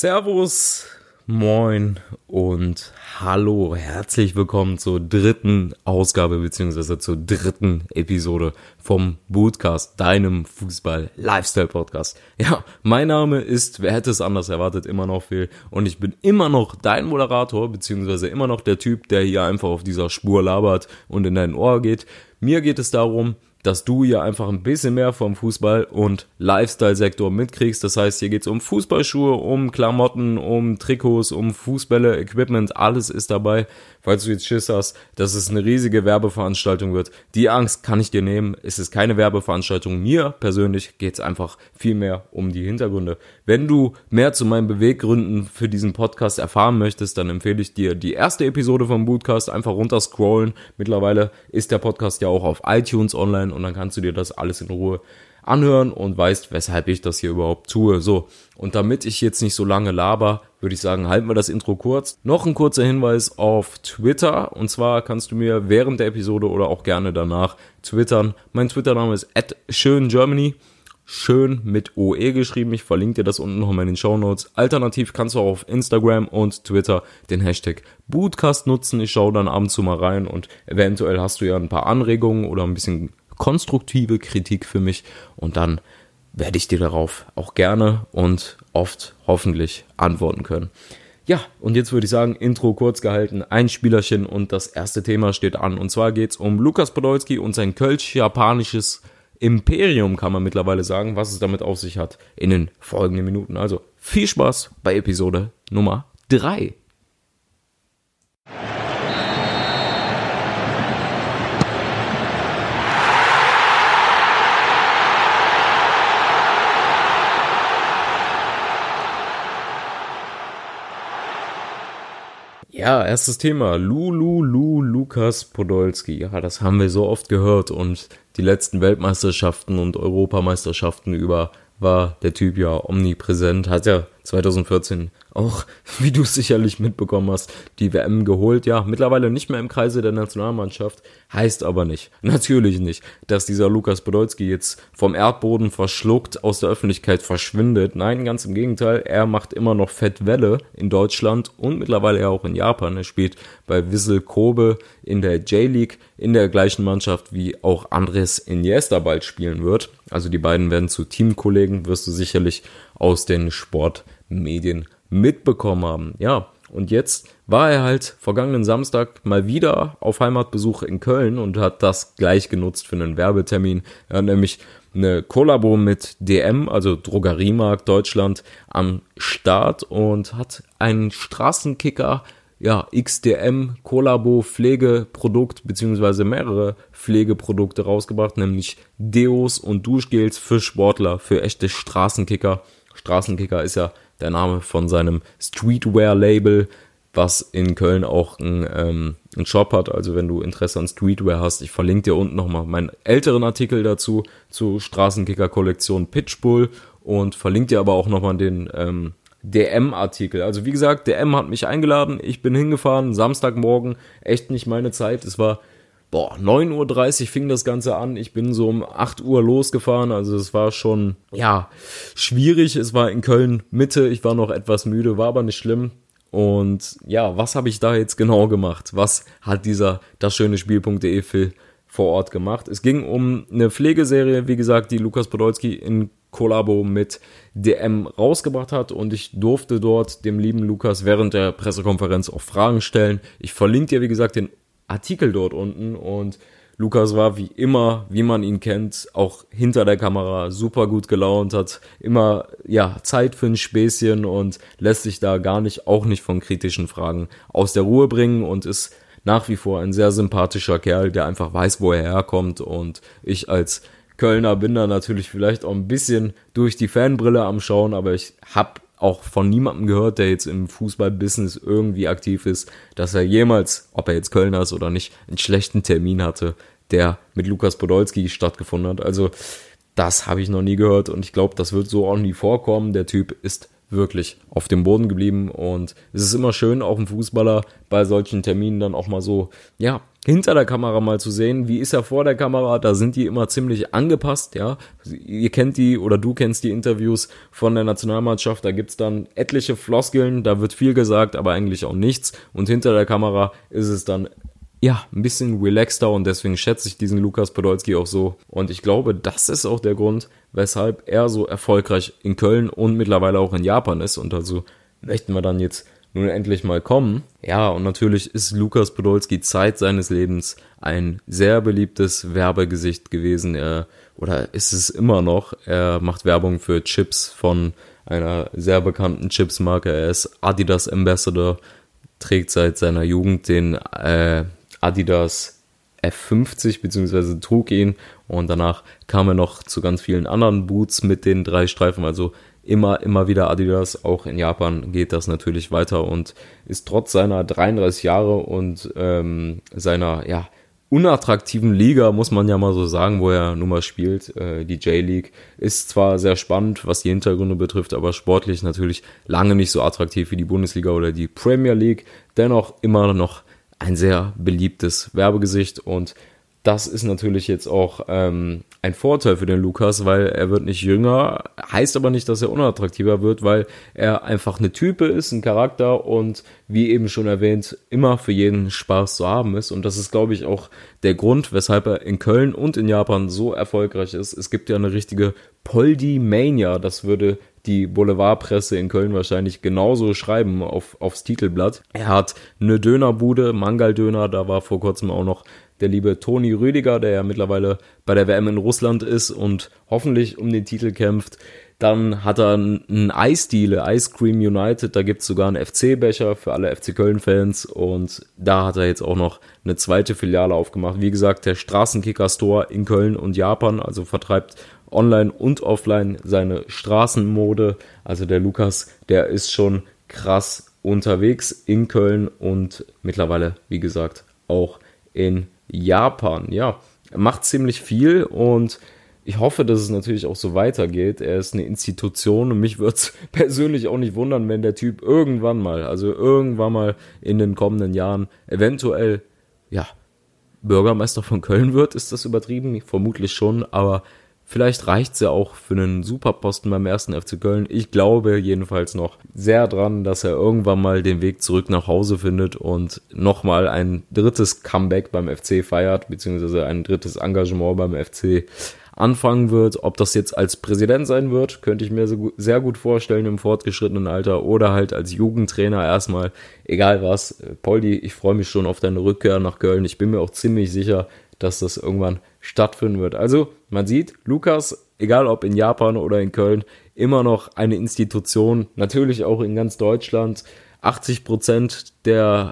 Servus, moin und hallo, herzlich willkommen zur dritten Ausgabe bzw. zur dritten Episode vom Bootcast, deinem Fußball-Lifestyle-Podcast. Ja, mein Name ist, wer hätte es anders erwartet, immer noch Phil und ich bin immer noch dein Moderator bzw. immer noch der Typ, der hier einfach auf dieser Spur labert und in dein Ohr geht. Mir geht es darum, dass du hier einfach ein bisschen mehr vom Fußball- und Lifestyle-Sektor mitkriegst. Das heißt, hier geht es um Fußballschuhe, um Klamotten, um Trikots, um Fußbälle, Equipment, alles ist dabei. Falls du jetzt Schiss hast, dass es eine riesige Werbeveranstaltung wird, die Angst kann ich dir nehmen. Es ist keine Werbeveranstaltung. Mir persönlich geht es einfach viel mehr um die Hintergründe. Wenn du mehr zu meinen Beweggründen für diesen Podcast erfahren möchtest, dann empfehle ich dir die erste Episode vom Bootcast. Einfach runterscrollen. Mittlerweile ist der Podcast ja auch auf iTunes online und dann kannst du dir das alles in Ruhe anhören und weißt, weshalb ich das hier überhaupt tue. So, und damit ich jetzt nicht so lange laber, würde ich sagen, halten wir das Intro kurz. Noch ein kurzer Hinweis auf Twitter, und zwar kannst du mir während der Episode oder auch gerne danach twittern. Mein Twitter-Name ist @schöngermany, schön mit OE geschrieben. Ich verlinke dir das unten nochmal in den Shownotes. Alternativ kannst du auch auf Instagram und Twitter den Hashtag Bootcast nutzen. Ich schaue dann ab und zu mal rein und eventuell hast du ja ein paar Anregungen oder ein bisschen konstruktive Kritik für mich und dann werde ich dir darauf auch gerne und oft hoffentlich antworten können. Ja, und jetzt würde ich sagen, Intro kurz gehalten, ein Spielerchen und das erste Thema steht an. Und zwar geht es um Lukas Podolski und sein kölsch-japanisches Imperium, kann man mittlerweile sagen, was es damit auf sich hat in den folgenden Minuten. Also viel Spaß bei Episode Nummer 3. Ja, erstes Thema, Lukas Podolski. Ja, das haben wir so oft gehört und die letzten Weltmeisterschaften und Europameisterschaften über war der Typ ja omnipräsent, hat ja 2014 auch, wie du es sicherlich mitbekommen hast, die WM geholt. Ja, mittlerweile nicht mehr im Kreise der Nationalmannschaft, heißt aber nicht, natürlich nicht, dass dieser Lukas Podolski jetzt vom Erdboden verschluckt aus der Öffentlichkeit verschwindet. Nein, ganz im Gegenteil, er macht immer noch Fettwelle in Deutschland und mittlerweile ja auch in Japan. Er spielt bei Vissel Kobe in der J-League in der gleichen Mannschaft, wie auch Andres Iniesta bald spielen wird. Also die beiden werden zu Teamkollegen, wirst du sicherlich aus den Sportmedien mitbekommen haben. Ja, und jetzt war er halt vergangenen Samstag mal wieder auf Heimatbesuch in Köln und hat das gleich genutzt für einen Werbetermin. Er hat nämlich eine Kollabo mit DM, also Drogeriemarkt Deutschland, am Start und hat einen Straßenkicker, ja, XDM Kollabo Pflegeprodukt beziehungsweise mehrere Pflegeprodukte rausgebracht, nämlich Deos und Duschgels für Sportler, für echte Straßenkicker. Straßenkicker ist ja der Name von seinem Streetwear-Label, was in Köln auch einen Shop hat. Also wenn du Interesse an Streetwear hast, ich verlinke dir unten nochmal meinen älteren Artikel dazu, zur Straßenkicker-Kollektion Pitchbull und verlinke dir aber auch nochmal den DM-Artikel. Also wie gesagt, DM hat mich eingeladen, ich bin hingefahren, Samstagmorgen, echt nicht meine Zeit. Es war 9:30 Uhr fing das Ganze an, ich bin so um 8 Uhr losgefahren, also es war schon, ja, schwierig. Es war in Köln Mitte, ich war noch etwas müde, war aber nicht schlimm. Und ja, was habe ich da jetzt genau gemacht? Was hat das schöne Spiel.de Phil vor Ort gemacht? Es ging um eine Pflegeserie, wie gesagt, die Lukas Podolski in Kollabo mit DM rausgebracht hat und ich durfte dort dem lieben Lukas während der Pressekonferenz auch Fragen stellen. Ich verlinke dir, wie gesagt, den Artikel dort unten und Lukas war wie immer, wie man ihn kennt, auch hinter der Kamera super gut gelaunt, hat immer Zeit für ein Späßchen und lässt sich da auch nicht von kritischen Fragen aus der Ruhe bringen und ist nach wie vor ein sehr sympathischer Kerl, der einfach weiß, wo er herkommt und ich als Kölner bin da natürlich vielleicht auch ein bisschen durch die Fanbrille am Schauen, aber ich habe auch von niemandem gehört, der jetzt im Fußballbusiness irgendwie aktiv ist, dass er jemals, ob er jetzt Kölner ist oder nicht, einen schlechten Termin hatte, der mit Lukas Podolski stattgefunden hat. Also das habe ich noch nie gehört und ich glaube, das wird so auch nie vorkommen. Der Typ ist wirklich auf dem Boden geblieben. Und es ist immer schön, auch einen Fußballer bei solchen Terminen dann auch mal so, ja, hinter der Kamera mal zu sehen. Wie ist er vor der Kamera? Da sind die immer ziemlich angepasst, ja. Ihr kennt die oder du kennst die Interviews von der Nationalmannschaft. Da gibt's dann etliche Floskeln, da wird viel gesagt, aber eigentlich auch nichts. Und hinter der Kamera ist es dann ja, ein bisschen relaxter und deswegen schätze ich diesen Lukas Podolski auch so. Und ich glaube, das ist auch der Grund, weshalb er so erfolgreich in Köln und mittlerweile auch in Japan ist. Und also möchten wir dann jetzt nun endlich mal kommen. Ja, und natürlich ist Lukas Podolski Zeit seines Lebens ein sehr beliebtes Werbegesicht gewesen. Oder ist es immer noch. Er macht Werbung für Chips von einer sehr bekannten Chipsmarke. Er ist Adidas Ambassador, trägt seit seiner Jugend den Adidas F50, beziehungsweise trug ihn, und danach kam er noch zu ganz vielen anderen Boots mit den 3 Streifen, also immer wieder Adidas. Auch in Japan geht das natürlich weiter und ist trotz seiner 33 Jahre und seiner, ja, unattraktiven Liga, muss man ja mal so sagen, wo er nun mal spielt, die J-League, ist zwar sehr spannend, was die Hintergründe betrifft, aber sportlich natürlich lange nicht so attraktiv wie die Bundesliga oder die Premier League, dennoch immer noch ein sehr beliebtes Werbegesicht, und das ist natürlich jetzt auch ein Vorteil für den Lukas, weil er wird nicht jünger, heißt aber nicht, dass er unattraktiver wird, weil er einfach eine Type ist, ein Charakter und wie eben schon erwähnt, immer für jeden Spaß zu haben ist, und das ist, glaube ich, auch der Grund, weshalb er in Köln und in Japan so erfolgreich ist. Es gibt ja eine richtige Poldi-Mania, das würde die Boulevardpresse in Köln wahrscheinlich genauso schreiben aufs Titelblatt. Er hat eine Dönerbude, Mangal-Döner, da war vor kurzem auch noch der liebe Toni Rüdiger, der ja mittlerweile bei der WM in Russland ist und hoffentlich um den Titel kämpft. Dann hat er einen Eisdiele, Ice Cream United, da gibt's sogar einen FC-Becher für alle FC Köln-Fans, und da hat er jetzt auch noch eine zweite Filiale aufgemacht. Wie gesagt, der Straßenkicker-Store in Köln und Japan, also vertreibt online und offline seine Straßenmode. Also der Lukas, der ist schon krass unterwegs in Köln und mittlerweile, wie gesagt, auch in Japan. Ja, er macht ziemlich viel und ich hoffe, dass es natürlich auch so weitergeht. Er ist eine Institution und mich würde es persönlich auch nicht wundern, wenn der Typ irgendwann mal in den kommenden Jahren eventuell, ja, Bürgermeister von Köln wird. Ist das übertrieben? Vermutlich schon, aber vielleicht reicht's ja auch für einen Superposten beim 1. FC Köln. Ich glaube jedenfalls noch sehr dran, dass er irgendwann mal den Weg zurück nach Hause findet und nochmal ein drittes Comeback beim FC feiert, beziehungsweise ein drittes Engagement beim FC anfangen wird. Ob das jetzt als Präsident sein wird, könnte ich mir sehr gut vorstellen im fortgeschrittenen Alter, oder halt als Jugendtrainer erstmal, egal was. Poldi, ich freue mich schon auf deine Rückkehr nach Köln. Ich bin mir auch ziemlich sicher, dass das irgendwann stattfinden wird. Also, man sieht, Lukas, egal ob in Japan oder in Köln, immer noch eine Institution, natürlich auch in ganz Deutschland. 80% der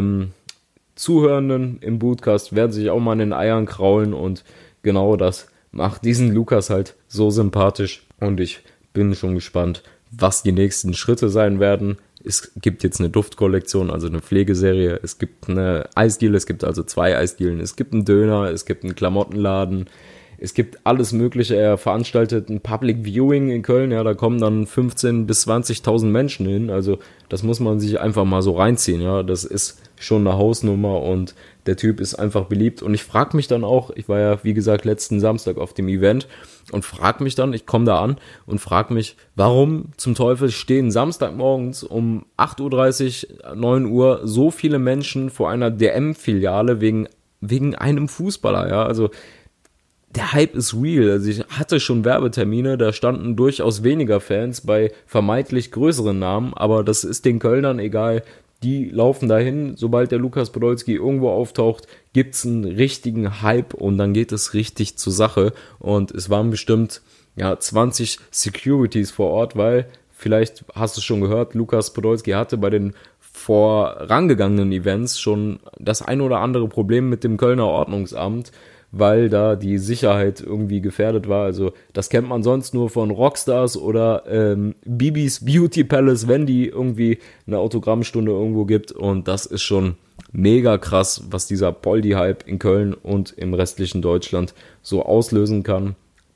Zuhörenden im Bootcast werden sich auch mal in den Eiern kraulen, und genau das macht diesen Lukas halt so sympathisch, und ich bin schon gespannt, was die nächsten Schritte sein werden. Es gibt jetzt eine Duftkollektion, also eine Pflegeserie, es gibt eine Eisdiele, es gibt also 2 Eisdielen, es gibt einen Döner, es gibt einen Klamottenladen, es gibt alles Mögliche. Er veranstaltet ein Public Viewing in Köln, ja, da kommen dann 15.000 bis 20.000 Menschen hin, also das muss man sich einfach mal so reinziehen, ja, das ist schon eine Hausnummer und der Typ ist einfach beliebt, und ich frage mich dann auch, ich war ja wie gesagt letzten Samstag auf dem Event und frage mich dann, ich komme da an und frage mich, warum zum Teufel stehen Samstagmorgens um 8.30 Uhr, 9 Uhr so viele Menschen vor einer DM-Filiale wegen einem Fußballer, ja, also der Hype ist real. Also ich hatte schon Werbetermine, da standen durchaus weniger Fans bei vermeintlich größeren Namen, aber das ist den Kölnern egal. Die laufen dahin, sobald der Lukas Podolski irgendwo auftaucht, gibt's einen richtigen Hype und dann geht es richtig zur Sache. Und es waren bestimmt 20 Securities vor Ort, weil, vielleicht hast du es schon gehört, Lukas Podolski hatte bei den vorangegangenen Events schon das ein oder andere Problem mit dem Kölner Ordnungsamt, weil da die Sicherheit irgendwie gefährdet war. Also das kennt man sonst nur von Rockstars oder Bibis Beauty Palace, wenn die irgendwie eine Autogrammstunde irgendwo gibt. Und das ist schon mega krass, was dieser Poldi-Hype in Köln und im restlichen Deutschland so auslösen kann.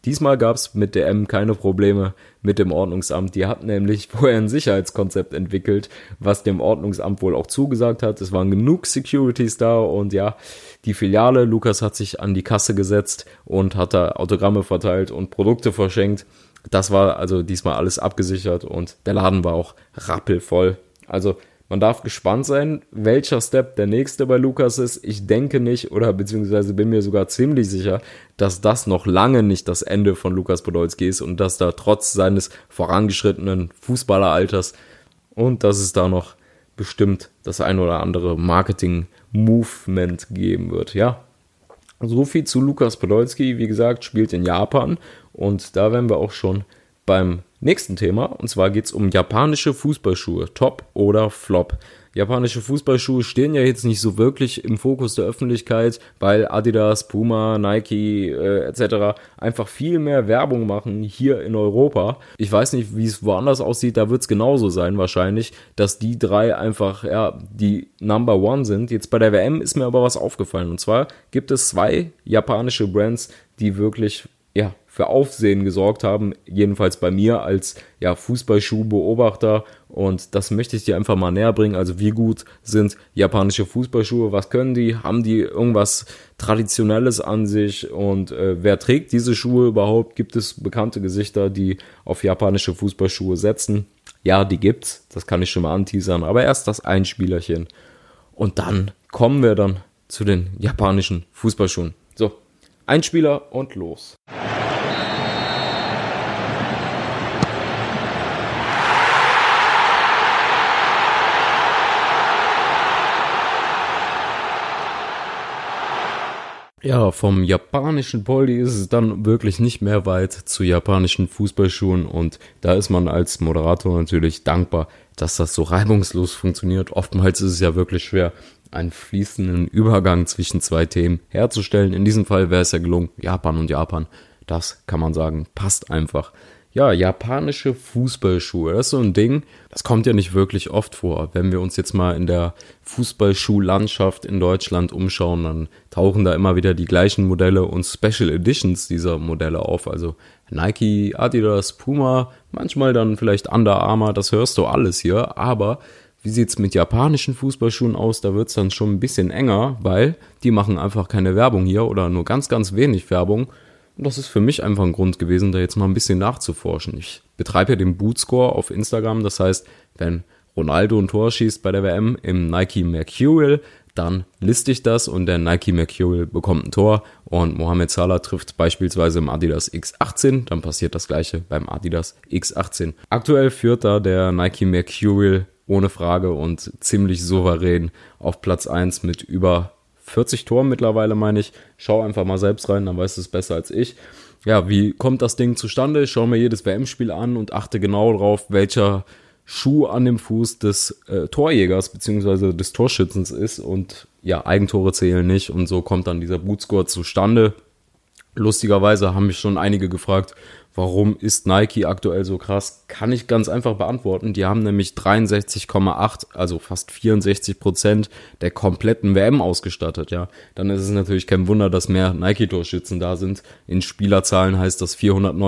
Diesmal gab es mit der M keine Probleme mit dem Ordnungsamt. Die hatten nämlich vorher ein Sicherheitskonzept entwickelt, was dem Ordnungsamt wohl auch zugesagt hat. Es waren genug Securities da und ja, die Filiale, Lukas hat sich an die Kasse gesetzt und hat da Autogramme verteilt und Produkte verschenkt. Das war also diesmal alles abgesichert und der Laden war auch rappelvoll. Also man darf gespannt sein, welcher Step der nächste bei Lukas ist. Ich denke nicht oder beziehungsweise bin mir sogar ziemlich sicher, dass das noch lange nicht das Ende von Lukas Podolski ist und dass da trotz seines vorangeschrittenen Fußballeralters und dass es da noch bestimmt das ein oder andere Marketing-Movement geben wird. Ja, so viel zu Lukas Podolski. Wie gesagt, spielt in Japan und da wären wir auch schon beim nächsten Thema, und zwar geht es um japanische Fußballschuhe, Top oder Flop. Japanische Fußballschuhe stehen ja jetzt nicht so wirklich im Fokus der Öffentlichkeit, weil Adidas, Puma, Nike etc. einfach viel mehr Werbung machen hier in Europa. Ich weiß nicht, wie es woanders aussieht, da wird es genauso sein wahrscheinlich, dass die drei einfach die Number One sind. Jetzt bei der WM ist mir aber was aufgefallen, und zwar gibt es 2 japanische Brands, die wirklich für Aufsehen gesorgt haben, jedenfalls bei mir als Fußballschuhbeobachter, und das möchte ich dir einfach mal näher bringen. Also wie gut sind japanische Fußballschuhe, was können die, haben die irgendwas Traditionelles an sich und wer trägt diese Schuhe überhaupt? Gibt es bekannte Gesichter, die auf japanische Fußballschuhe setzen? Ja, die gibt's, das kann ich schon mal anteasern, aber erst das Einspielerchen und dann kommen wir dann zu den japanischen Fußballschuhen. So, Einspieler und los. Ja, vom japanischen Poldi ist es dann wirklich nicht mehr weit zu japanischen Fußballschuhen, und da ist man als Moderator natürlich dankbar, dass das so reibungslos funktioniert. Oftmals ist es ja wirklich schwer, einen fließenden Übergang zwischen 2 Themen herzustellen. In diesem Fall wäre es ja gelungen, Japan und Japan, das kann man sagen, passt einfach. Ja, japanische Fußballschuhe, das ist so ein Ding, das kommt ja nicht wirklich oft vor. Wenn wir uns jetzt mal in der Fußballschuhlandschaft in Deutschland umschauen, dann tauchen da immer wieder die gleichen Modelle und Special Editions dieser Modelle auf. Also Nike, Adidas, Puma, manchmal dann vielleicht Under Armour, das hörst du alles hier. Aber wie sieht's mit japanischen Fußballschuhen aus? Da wird's dann schon ein bisschen enger, weil die machen einfach keine Werbung hier oder nur ganz, ganz wenig Werbung. Und das ist für mich einfach ein Grund gewesen, da jetzt mal ein bisschen nachzuforschen. Ich betreibe ja den Bootscore auf Instagram. Das heißt, wenn Ronaldo ein Tor schießt bei der WM im Nike Mercurial, dann liste ich das und der Nike Mercurial bekommt ein Tor und Mohamed Salah trifft beispielsweise im Adidas X18, dann passiert das gleiche beim Adidas X18. Aktuell führt da der Nike Mercurial ohne Frage und ziemlich souverän auf Platz 1 mit über 40 Toren mittlerweile, meine ich. Schau einfach mal selbst rein, dann weißt du es besser als ich. Ja, wie kommt das Ding zustande? Ich schaue mir jedes WM-Spiel an und achte genau drauf, welcher Schuh an dem Fuß des Torjägers bzw. des Torschützens ist, und ja, Eigentore zählen nicht, und so kommt dann dieser Bootscore zustande. Lustigerweise haben mich schon einige gefragt, warum ist Nike aktuell so krass? Kann ich ganz einfach beantworten. Die haben nämlich 63,8, also fast 64% der kompletten WM ausgestattet. Ja, dann ist es natürlich kein Wunder, dass mehr Nike-Torschützen da sind. In Spielerzahlen heißt das,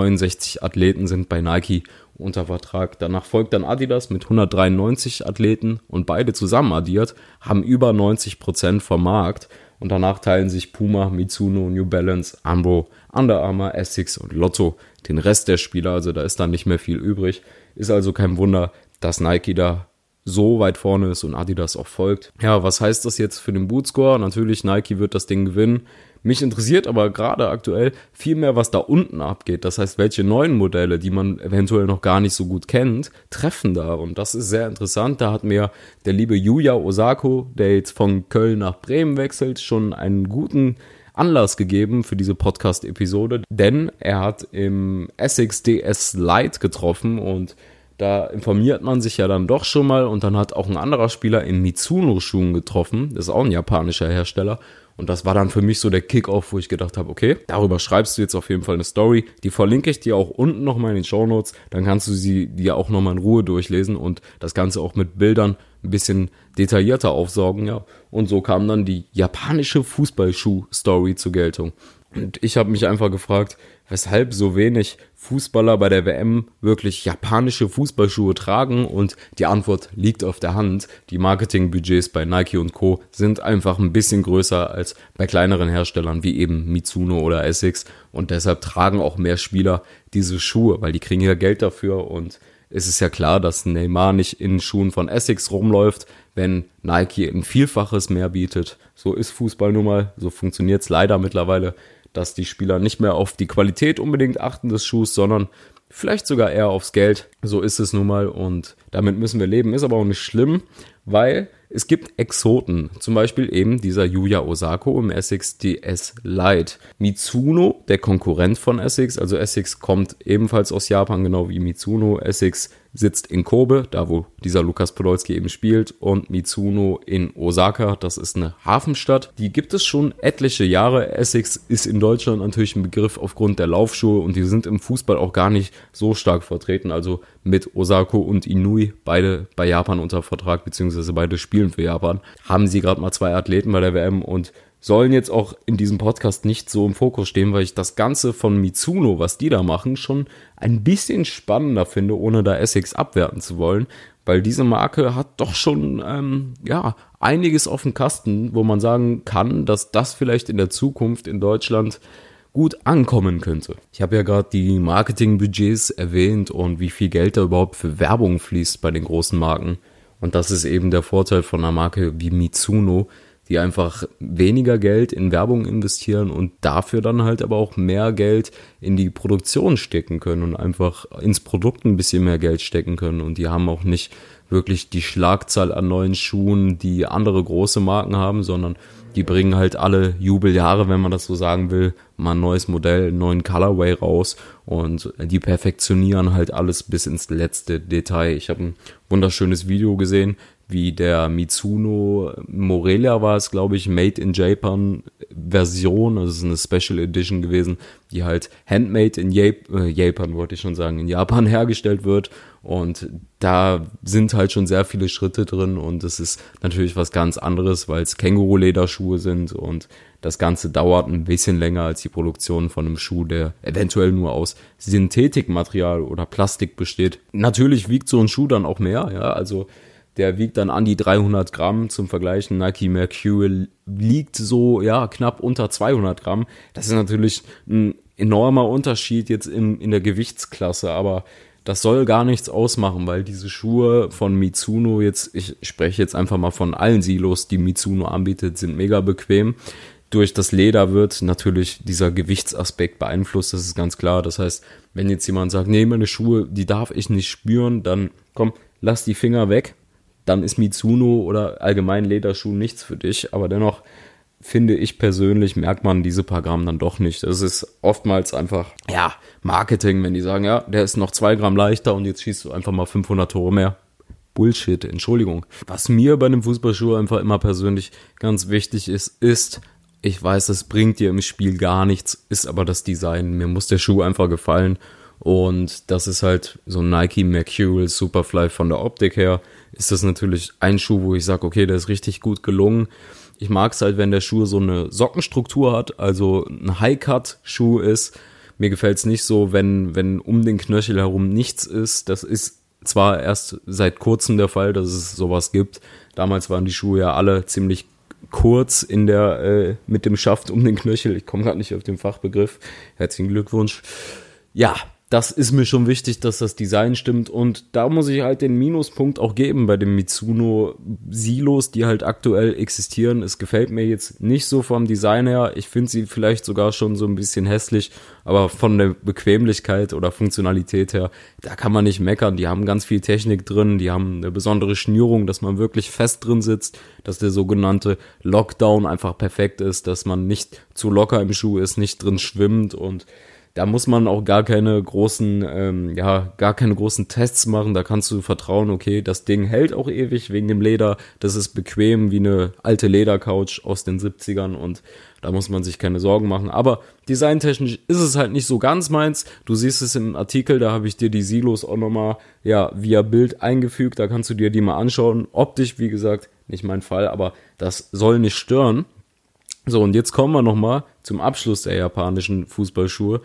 469 Athleten sind bei Nike unter Vertrag. Danach folgt dann Adidas mit 193 Athleten, und beide zusammen addiert haben über 90% vom Markt. Und danach teilen sich Puma, Mizuno, New Balance, Umbro, Under Armour, Essex und Lotto den Rest der Spieler. Also da ist dann nicht mehr viel übrig. Ist also kein Wunder, dass Nike da so weit vorne ist und Adidas auch folgt. Ja, was heißt das jetzt für den Bootscore? Natürlich, Nike wird das Ding gewinnen. Mich interessiert aber gerade aktuell viel mehr, was da unten abgeht. Das heißt, welche neuen Modelle, die man eventuell noch gar nicht so gut kennt, treffen da. Und das ist sehr interessant. Da hat mir der liebe Yuya Osako, der jetzt von Köln nach Bremen wechselt, schon einen guten Anlass gegeben für diese Podcast-Episode. Denn er hat im Essex DS Lite getroffen, und da informiert man sich ja dann doch schon mal, und dann hat auch ein anderer Spieler in Mizuno-Schuhen getroffen. Das ist auch ein japanischer Hersteller. Und das war dann für mich so der Kick-Off, wo ich gedacht habe, okay, darüber schreibst du jetzt auf jeden Fall eine Story. Die verlinke ich dir auch unten nochmal in den Shownotes. Dann kannst du sie dir auch nochmal in Ruhe durchlesen und das Ganze auch mit Bildern ein bisschen detaillierter aufsaugen. Ja. Und so kam dann die japanische Fußballschuh-Story zur Geltung. Und ich habe mich einfach gefragt, weshalb so wenig Fußballer bei der WM wirklich japanische Fußballschuhe tragen, und die Antwort liegt auf der Hand. Die Marketingbudgets bei Nike und Co. sind einfach ein bisschen größer als bei kleineren Herstellern wie eben Mizuno oder Essex, und deshalb tragen auch mehr Spieler diese Schuhe, weil die kriegen ja Geld dafür, und es ist ja klar, dass Neymar nicht in Schuhen von Essex rumläuft, wenn Nike ein Vielfaches mehr bietet. So ist Fußball nun mal, so funktioniert es leider mittlerweile, dass die Spieler nicht mehr auf die Qualität unbedingt achten des Schuhs, sondern vielleicht sogar eher aufs Geld. So ist es nun mal, und damit müssen wir leben. Ist aber auch nicht schlimm, weil es gibt Exoten, zum Beispiel eben dieser Yuya Osako im Essex DS Lite. Mizuno, der Konkurrent von Essex, also Essex kommt ebenfalls aus Japan, genau wie Mizuno. Essex sitzt in Kobe, da wo dieser Lukas Podolski eben spielt, und Mizuno in Osaka, das ist eine Hafenstadt. Die gibt es schon etliche Jahre. Essex ist in Deutschland natürlich ein Begriff aufgrund der Laufschuhe, und die sind im Fußball auch gar nicht so stark vertreten, also mit Osako und Inui, beide bei Japan unter Vertrag, beziehungsweise beide spielen für Japan, haben sie gerade mal 2 Athleten bei der WM und sollen jetzt auch in diesem Podcast nicht so im Fokus stehen, weil ich das Ganze von Mizuno, was die da machen, schon ein bisschen spannender finde, ohne da Essex abwerten zu wollen, weil diese Marke hat doch schon einiges auf dem Kasten, wo man sagen kann, dass das vielleicht in der Zukunft in Deutschland gut ankommen könnte. Ich habe ja gerade die Marketingbudgets erwähnt und wie viel Geld da überhaupt für Werbung fließt bei den großen Marken, und das ist eben der Vorteil von einer Marke wie Mizuno, die einfach weniger Geld in Werbung investieren und dafür dann halt aber auch mehr Geld in die Produktion stecken können und einfach ins Produkt ein bisschen mehr Geld stecken können. Und die haben auch nicht wirklich die Schlagzahl an neuen Schuhen, die andere große Marken haben, sondern die bringen halt alle Jubeljahre, wenn man das so sagen will, mal ein neues Modell, einen neuen Colorway raus, und die perfektionieren halt alles bis ins letzte Detail. Ich habe ein wunderschönes Video gesehen, wie der Mizuno Morelia war es, glaube ich, Made in Japan Version, also es ist eine Special Edition gewesen, die halt handmade in Japan, wollte ich schon sagen, in Japan hergestellt wird, und da sind halt schon sehr viele Schritte drin, und es ist natürlich was ganz anderes, weil es Känguru-Lederschuhe sind, und das Ganze dauert ein bisschen länger als die Produktion von einem Schuh, der eventuell nur aus Synthetikmaterial oder Plastik besteht. Natürlich wiegt so ein Schuh dann auch mehr, ja, also der wiegt dann an die 300 Gramm. Zum Vergleich, Nike Mercurial liegt so, knapp unter 200 Gramm. Das ist natürlich ein enormer Unterschied jetzt in der Gewichtsklasse, aber das soll gar nichts ausmachen, weil diese Schuhe von Mizuno jetzt, ich spreche jetzt einfach mal von allen Silos, die Mizuno anbietet, sind mega bequem. Durch das Leder wird natürlich dieser Gewichtsaspekt beeinflusst, das ist ganz klar. Das heißt, wenn jetzt jemand sagt, nee, meine Schuhe, die darf ich nicht spüren, dann komm, lass die Finger weg. Dann ist Mizuno oder allgemein Lederschuh nichts für dich. Aber dennoch finde ich persönlich, merkt man diese paar Gramm dann doch nicht. Es ist oftmals einfach, Marketing, wenn die sagen, ja, der ist noch 2 Gramm leichter und jetzt schießt du einfach mal 500 Tore mehr. Bullshit, Entschuldigung. Was mir bei einem Fußballschuh einfach immer persönlich ganz wichtig ist, ich weiß, das bringt dir im Spiel gar nichts, ist aber das Design. Mir muss der Schuh einfach gefallen. Und das ist halt so ein Nike Mercurial Superfly von der Optik her. Ist das natürlich ein Schuh, wo ich sage, okay, der ist richtig gut gelungen. Ich mag es halt, wenn der Schuh so eine Sockenstruktur hat, also ein High-Cut-Schuh ist. Mir gefällt es nicht so, wenn um den Knöchel herum nichts ist. Das ist zwar erst seit kurzem der Fall, dass es sowas gibt. Damals waren die Schuhe ja alle ziemlich kurz mit dem Schaft um den Knöchel. Ich komme gerade nicht auf den Fachbegriff. Herzlichen Glückwunsch. Ja, das ist mir schon wichtig, dass das Design stimmt, und da muss ich halt den Minuspunkt auch geben bei den Mizuno Silos, die halt aktuell existieren. Es gefällt mir jetzt nicht so vom Design her. Ich finde sie vielleicht sogar schon so ein bisschen hässlich, aber von der Bequemlichkeit oder Funktionalität her, da kann man nicht meckern. Die haben ganz viel Technik drin, die haben eine besondere Schnürung, dass man wirklich fest drin sitzt, dass der sogenannte Lockdown einfach perfekt ist, dass man nicht zu locker im Schuh ist, nicht drin schwimmt, und da muss man auch gar keine großen Tests machen. Da kannst du vertrauen, okay, das Ding hält auch ewig wegen dem Leder. Das ist bequem wie eine alte Ledercouch aus den 70ern, und da muss man sich keine Sorgen machen. Aber designtechnisch ist es halt nicht so ganz meins. Du siehst es im Artikel, da habe ich dir die Silos auch nochmal via Bild eingefügt. Da kannst du dir die mal anschauen. Optisch, wie gesagt, nicht mein Fall, aber das soll nicht stören. So, und jetzt kommen wir nochmal zum Abschluss der japanischen Fußballschuhe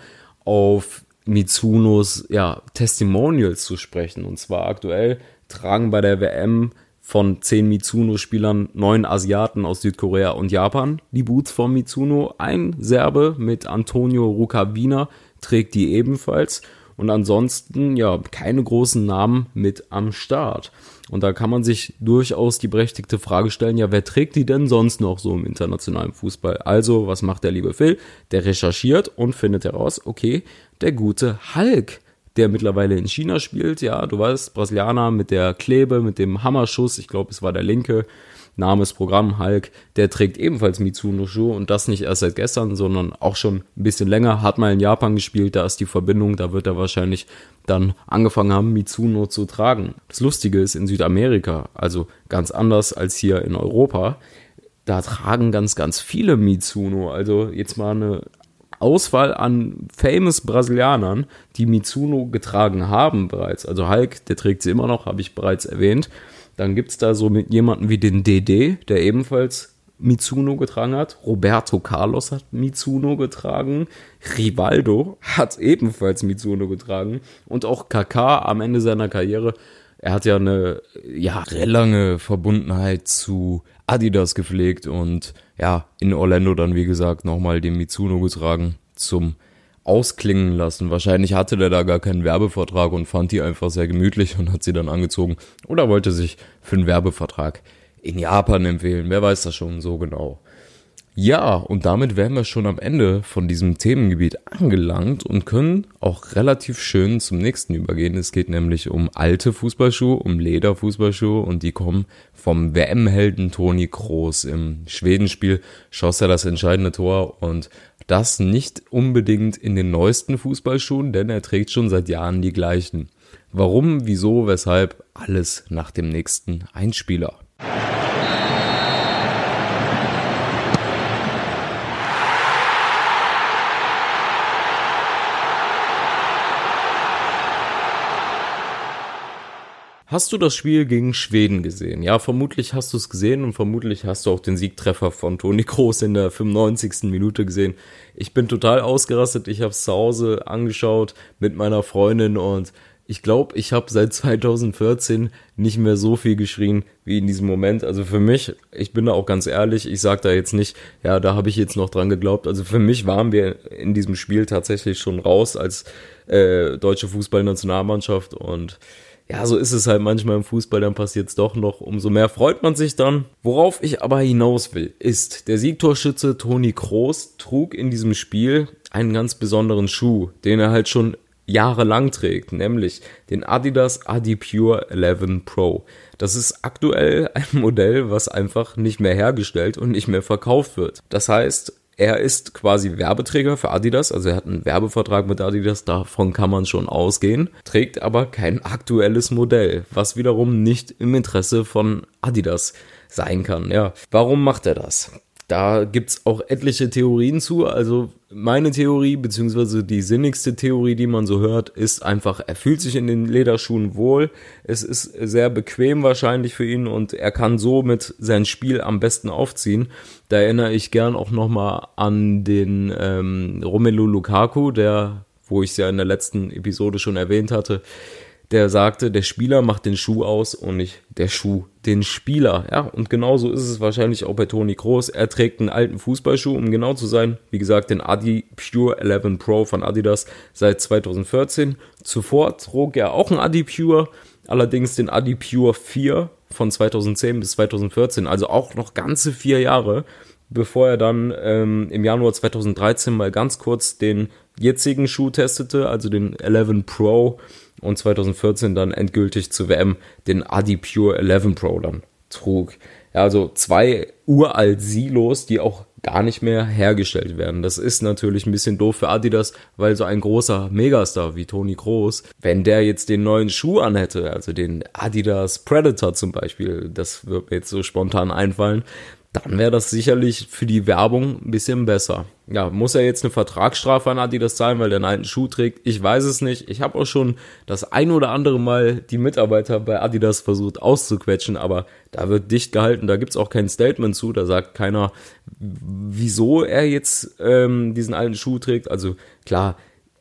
auf Mizunos Testimonials zu sprechen. Und zwar aktuell tragen bei der WM von 10 Mizuno-Spielern 9 Asiaten aus Südkorea und Japan die Boots von Mizuno. Ein Serbe mit Antonio Rukavina trägt die ebenfalls. Und ansonsten, keine großen Namen mit am Start. Und da kann man sich durchaus die berechtigte Frage stellen, wer trägt die denn sonst noch so im internationalen Fußball? Also, was macht der liebe Phil? Der recherchiert und findet heraus, okay, der gute Hulk, der mittlerweile in China spielt, du weißt, Brasilianer mit der Klebe, mit dem Hammerschuss, ich glaube, es war der linke, Name ist Programm, Hulk, der trägt ebenfalls Mizuno-Schuhe und das nicht erst seit gestern, sondern auch schon ein bisschen länger, hat mal in Japan gespielt, da ist die Verbindung, da wird er wahrscheinlich dann angefangen haben, Mizuno zu tragen. Das Lustige ist, in Südamerika, also ganz anders als hier in Europa, da tragen ganz, ganz viele Mizuno, also jetzt mal eine Auswahl an famous Brasilianern, die Mizuno getragen haben bereits, also Hulk, der trägt sie immer noch, habe ich bereits erwähnt. Dann gibt's da so mit jemanden wie den DD, der ebenfalls Mizuno getragen hat. Roberto Carlos hat Mizuno getragen. Rivaldo hat ebenfalls Mizuno getragen. Und auch Kaká am Ende seiner Karriere. Er hat ja eine sehr lange Verbundenheit zu Adidas gepflegt und in Orlando dann, wie gesagt, nochmal den Mizuno getragen zum ausklingen lassen. Wahrscheinlich hatte der da gar keinen Werbevertrag und fand die einfach sehr gemütlich und hat sie dann angezogen oder wollte sich für einen Werbevertrag in Japan empfehlen. Wer weiß das schon so genau. Ja, und damit wären wir schon am Ende von diesem Themengebiet angelangt und können auch relativ schön zum nächsten übergehen. Es geht nämlich um alte Fußballschuhe, um Lederfußballschuhe und die kommen vom WM-Helden Toni Kroos. Im Schwedenspiel schoss er das entscheidende Tor und das nicht unbedingt in den neuesten Fußballschuhen, denn er trägt schon seit Jahren die gleichen. Warum, wieso, weshalb, alles nach dem nächsten Einspieler. Hast du das Spiel gegen Schweden gesehen? Ja, vermutlich hast du es gesehen und vermutlich hast du auch den Siegtreffer von Toni Kroos in der 95. Minute gesehen. Ich bin total ausgerastet, ich habe es zu Hause angeschaut mit meiner Freundin und ich glaube, ich habe seit 2014 nicht mehr so viel geschrien wie in diesem Moment. Also für mich, ich bin da auch ganz ehrlich, ich sage da jetzt nicht, da habe ich jetzt noch dran geglaubt. Also für mich waren wir in diesem Spiel tatsächlich schon raus als deutsche Fußballnationalmannschaft und so ist es halt manchmal im Fußball, dann passiert es doch noch. Umso mehr freut man sich dann. Worauf ich aber hinaus will, ist, der Siegtorschütze Toni Kroos trug in diesem Spiel einen ganz besonderen Schuh, den er halt schon jahrelang trägt, nämlich den Adidas Adipure 11 Pro. Das ist aktuell ein Modell, was einfach nicht mehr hergestellt und nicht mehr verkauft wird. Das heißt, er ist quasi Werbeträger für Adidas, also er hat einen Werbevertrag mit Adidas, davon kann man schon ausgehen, trägt aber kein aktuelles Modell, was wiederum nicht im Interesse von Adidas sein kann. Warum macht er das? Da gibt's auch etliche Theorien zu, also meine Theorie, beziehungsweise die sinnigste Theorie, die man so hört, ist einfach, er fühlt sich in den Lederschuhen wohl, es ist sehr bequem wahrscheinlich für ihn und er kann somit sein Spiel am besten aufziehen. Da erinnere ich gern auch nochmal an den Romelu Lukaku, wo ich es ja in der letzten Episode schon erwähnt hatte, der sagte, der Spieler macht den Schuh aus und nicht der Schuh den Spieler. Ja, und genauso ist es wahrscheinlich auch bei Toni Kroos. Er trägt einen alten Fußballschuh, um genau zu sein. Wie gesagt, den Adipure 11 Pro von Adidas seit 2014. Zuvor trug er auch einen Adipure, allerdings den Adipure 4 von 2010 bis 2014. Also auch noch ganze 4 Jahre, bevor er dann im Januar 2013 mal ganz kurz den jetzigen Schuh testete, also den 11 Pro, und 2014 dann endgültig zur WM den Adipure 11 Pro dann trug. Also 2 uralt Silos, die auch gar nicht mehr hergestellt werden. Das ist natürlich ein bisschen doof für Adidas, weil so ein großer Megastar wie Toni Kroos, wenn der jetzt den neuen Schuh anhätte, also den Adidas Predator zum Beispiel, das wird mir jetzt so spontan einfallen, dann wäre das sicherlich für die Werbung ein bisschen besser. Ja, muss er jetzt eine Vertragsstrafe an Adidas zahlen, weil der einen alten Schuh trägt? Ich weiß es nicht. Ich habe auch schon das ein oder andere Mal die Mitarbeiter bei Adidas versucht auszuquetschen, aber da wird dicht gehalten. Da gibt's auch kein Statement zu. Da sagt keiner, wieso er jetzt diesen alten Schuh trägt. Also klar,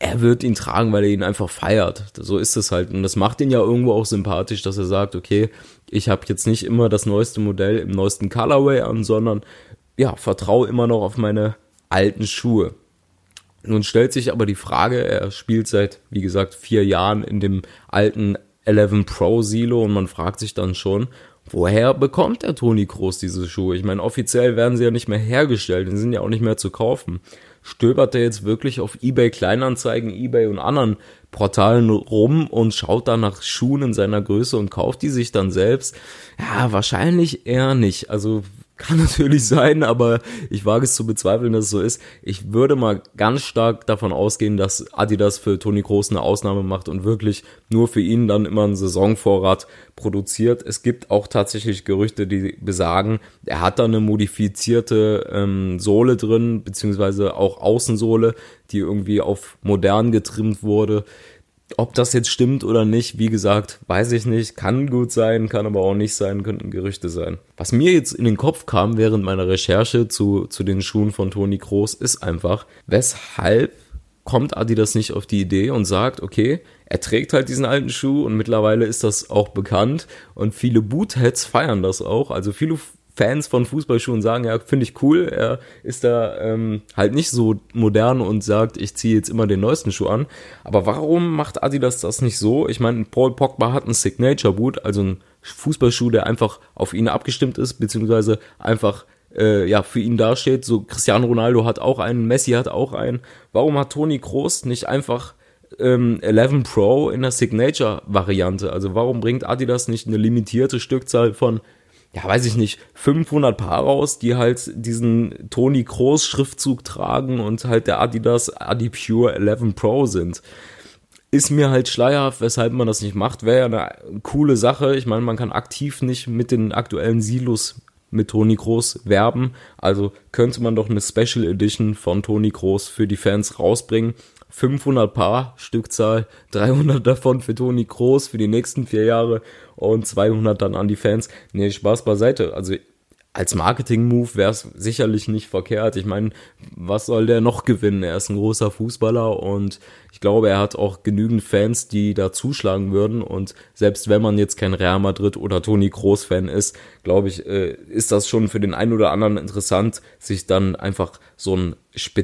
er wird ihn tragen, weil er ihn einfach feiert. So ist es halt. Und das macht ihn ja irgendwo auch sympathisch, dass er sagt, okay, ich habe jetzt nicht immer das neueste Modell im neuesten Colorway an, sondern ja, vertraue immer noch auf meine alten Schuhe. Nun stellt sich aber die Frage, er spielt seit, wie gesagt, 4 Jahren in dem alten 11 Pro Silo und man fragt sich dann schon, woher bekommt der Toni Kroos diese Schuhe? Ich meine, offiziell werden sie ja nicht mehr hergestellt, die sind ja auch nicht mehr zu kaufen. Stöbert er jetzt wirklich auf eBay Kleinanzeigen, eBay und anderen Portalen rum und schaut da nach Schuhen in seiner Größe und kauft die sich dann selbst? Ja, wahrscheinlich eher nicht. Also kann natürlich sein, aber ich wage es zu bezweifeln, dass es so ist. Ich würde mal ganz stark davon ausgehen, dass Adidas für Toni Kroos eine Ausnahme macht und wirklich nur für ihn dann immer einen Saisonvorrat produziert. Es gibt auch tatsächlich Gerüchte, die besagen, er hat da eine modifizierte Sohle drin, beziehungsweise auch Außensohle, die irgendwie auf modern getrimmt wurde. Ob das jetzt stimmt oder nicht, wie gesagt, weiß ich nicht. Kann gut sein, kann aber auch nicht sein, könnten Gerüchte sein. Was mir jetzt in den Kopf kam während meiner Recherche zu den Schuhen von Toni Kroos, ist einfach, weshalb kommt Adidas nicht auf die Idee und sagt, okay, er trägt halt diesen alten Schuh und mittlerweile ist das auch bekannt und viele Bootheads feiern das auch, also viele Fans von Fußballschuhen sagen, ja, finde ich cool, er ist da halt nicht so modern und sagt, ich ziehe jetzt immer den neuesten Schuh an. Aber warum macht Adidas das nicht so? Ich meine, Paul Pogba hat einen Signature Boot, also einen Fußballschuh, der einfach auf ihn abgestimmt ist, beziehungsweise einfach für ihn dasteht. So Cristiano Ronaldo hat auch einen, Messi hat auch einen. Warum hat Toni Kroos nicht einfach 11 Pro in der Signature-Variante? Also warum bringt Adidas nicht eine limitierte Stückzahl von, ja, weiß ich nicht, 500 Paar raus, die halt diesen Toni Kroos Schriftzug tragen und halt der Adidas Adipure 11 Pro sind. Ist mir halt schleierhaft, weshalb man das nicht macht. Wäre ja eine coole Sache. Ich meine, man kann aktiv nicht mit den aktuellen Silos mit Toni Kroos werben. Also könnte man doch eine Special Edition von Toni Kroos für die Fans rausbringen. 500 Paar Stückzahl, 300 davon für Toni Kroos für die nächsten 4 Jahre und 200 dann an die Fans. Nee, Spaß beiseite. Also als Marketing-Move wäre es sicherlich nicht verkehrt. Ich meine, was soll der noch gewinnen? Er ist ein großer Fußballer und ich glaube, er hat auch genügend Fans, die da zuschlagen würden. Und selbst wenn man jetzt kein Real Madrid oder Toni Kroos-Fan ist, glaube ich, ist das schon für den einen oder anderen interessant, sich dann einfach so eine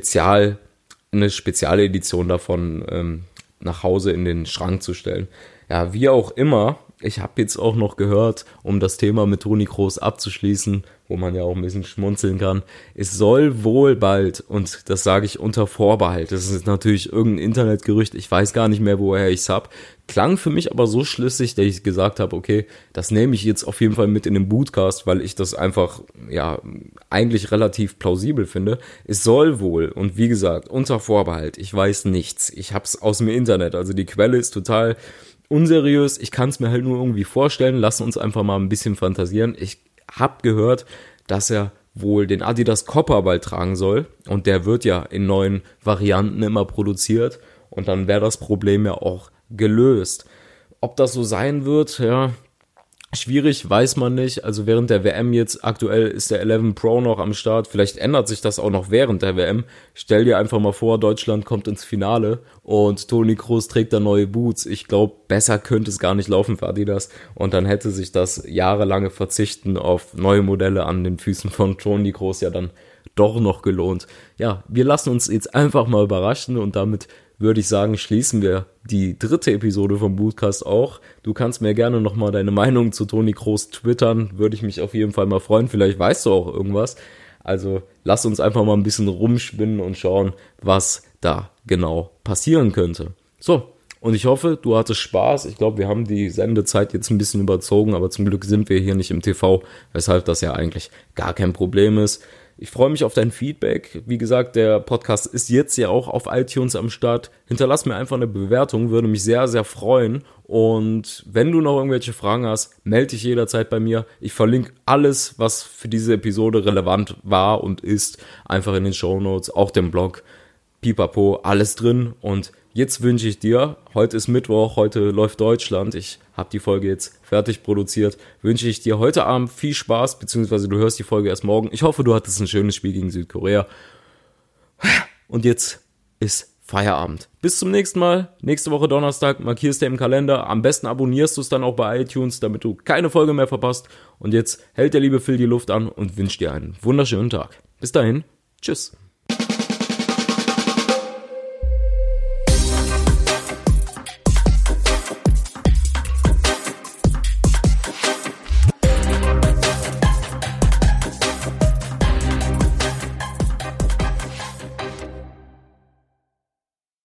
spezielle Edition davon nach Hause in den Schrank zu stellen. Ja, wie auch immer, ich habe jetzt auch noch gehört, um das Thema mit Toni Kroos abzuschließen, wo man ja auch ein bisschen schmunzeln kann, es soll wohl bald, und das sage ich unter Vorbehalt, das ist natürlich irgendein Internetgerücht, ich weiß gar nicht mehr, woher ich es habe, klang für mich aber so schlüssig, dass ich gesagt habe, okay, das nehme ich jetzt auf jeden Fall mit in den Bootcast, weil ich das einfach, ja, eigentlich relativ plausibel finde. Es soll wohl, und wie gesagt, unter Vorbehalt, ich weiß nichts, ich habe es aus dem Internet, also die Quelle ist total unseriös, ich kann es mir halt nur irgendwie vorstellen, lass uns einfach mal ein bisschen fantasieren. Ich habe gehört, dass er wohl den Adidas Copperball tragen soll und der wird ja in neuen Varianten immer produziert und dann wäre das Problem ja auch gelöst. Ob das so sein wird, ja, schwierig, weiß man nicht. Also während der WM jetzt, aktuell ist der 11 Pro noch am Start. Vielleicht ändert sich das auch noch während der WM. Stell dir einfach mal vor, Deutschland kommt ins Finale und Toni Kroos trägt da neue Boots. Ich glaube, besser könnte es gar nicht laufen für Adidas. Und dann hätte sich das jahrelange Verzichten auf neue Modelle an den Füßen von Toni Kroos ja dann doch noch gelohnt. Ja, wir lassen uns jetzt einfach mal überraschen und damit würde ich sagen, schließen wir die 3. Episode vom Bootcast auch. Du kannst mir gerne nochmal deine Meinung zu Toni Kroos twittern, würde ich mich auf jeden Fall mal freuen. Vielleicht weißt du auch irgendwas. Also lass uns einfach mal ein bisschen rumspinnen und schauen, was da genau passieren könnte. So, und ich hoffe, du hattest Spaß. Ich glaube, wir haben die Sendezeit jetzt ein bisschen überzogen, aber zum Glück sind wir hier nicht im TV, weshalb das ja eigentlich gar kein Problem ist. Ich freue mich auf dein Feedback. Wie gesagt, der Podcast ist jetzt ja auch auf iTunes am Start. Hinterlass mir einfach eine Bewertung, würde mich sehr, sehr freuen. Und wenn du noch irgendwelche Fragen hast, melde dich jederzeit bei mir. Ich verlinke alles, was für diese Episode relevant war und ist, einfach in den Shownotes, auch den Blog, pipapo, alles drin. Und jetzt wünsche ich dir, heute ist Mittwoch, heute läuft Deutschland, ich habe die Folge jetzt fertig produziert, wünsche ich dir heute Abend viel Spaß, beziehungsweise du hörst die Folge erst morgen. Ich hoffe, du hattest ein schönes Spiel gegen Südkorea. Und jetzt ist Feierabend. Bis zum nächsten Mal. Nächste Woche Donnerstag, markierst du im Kalender. Am besten abonnierst du es dann auch bei iTunes, damit du keine Folge mehr verpasst. Und jetzt hält der liebe Phil die Luft an und wünscht dir einen wunderschönen Tag. Bis dahin, tschüss.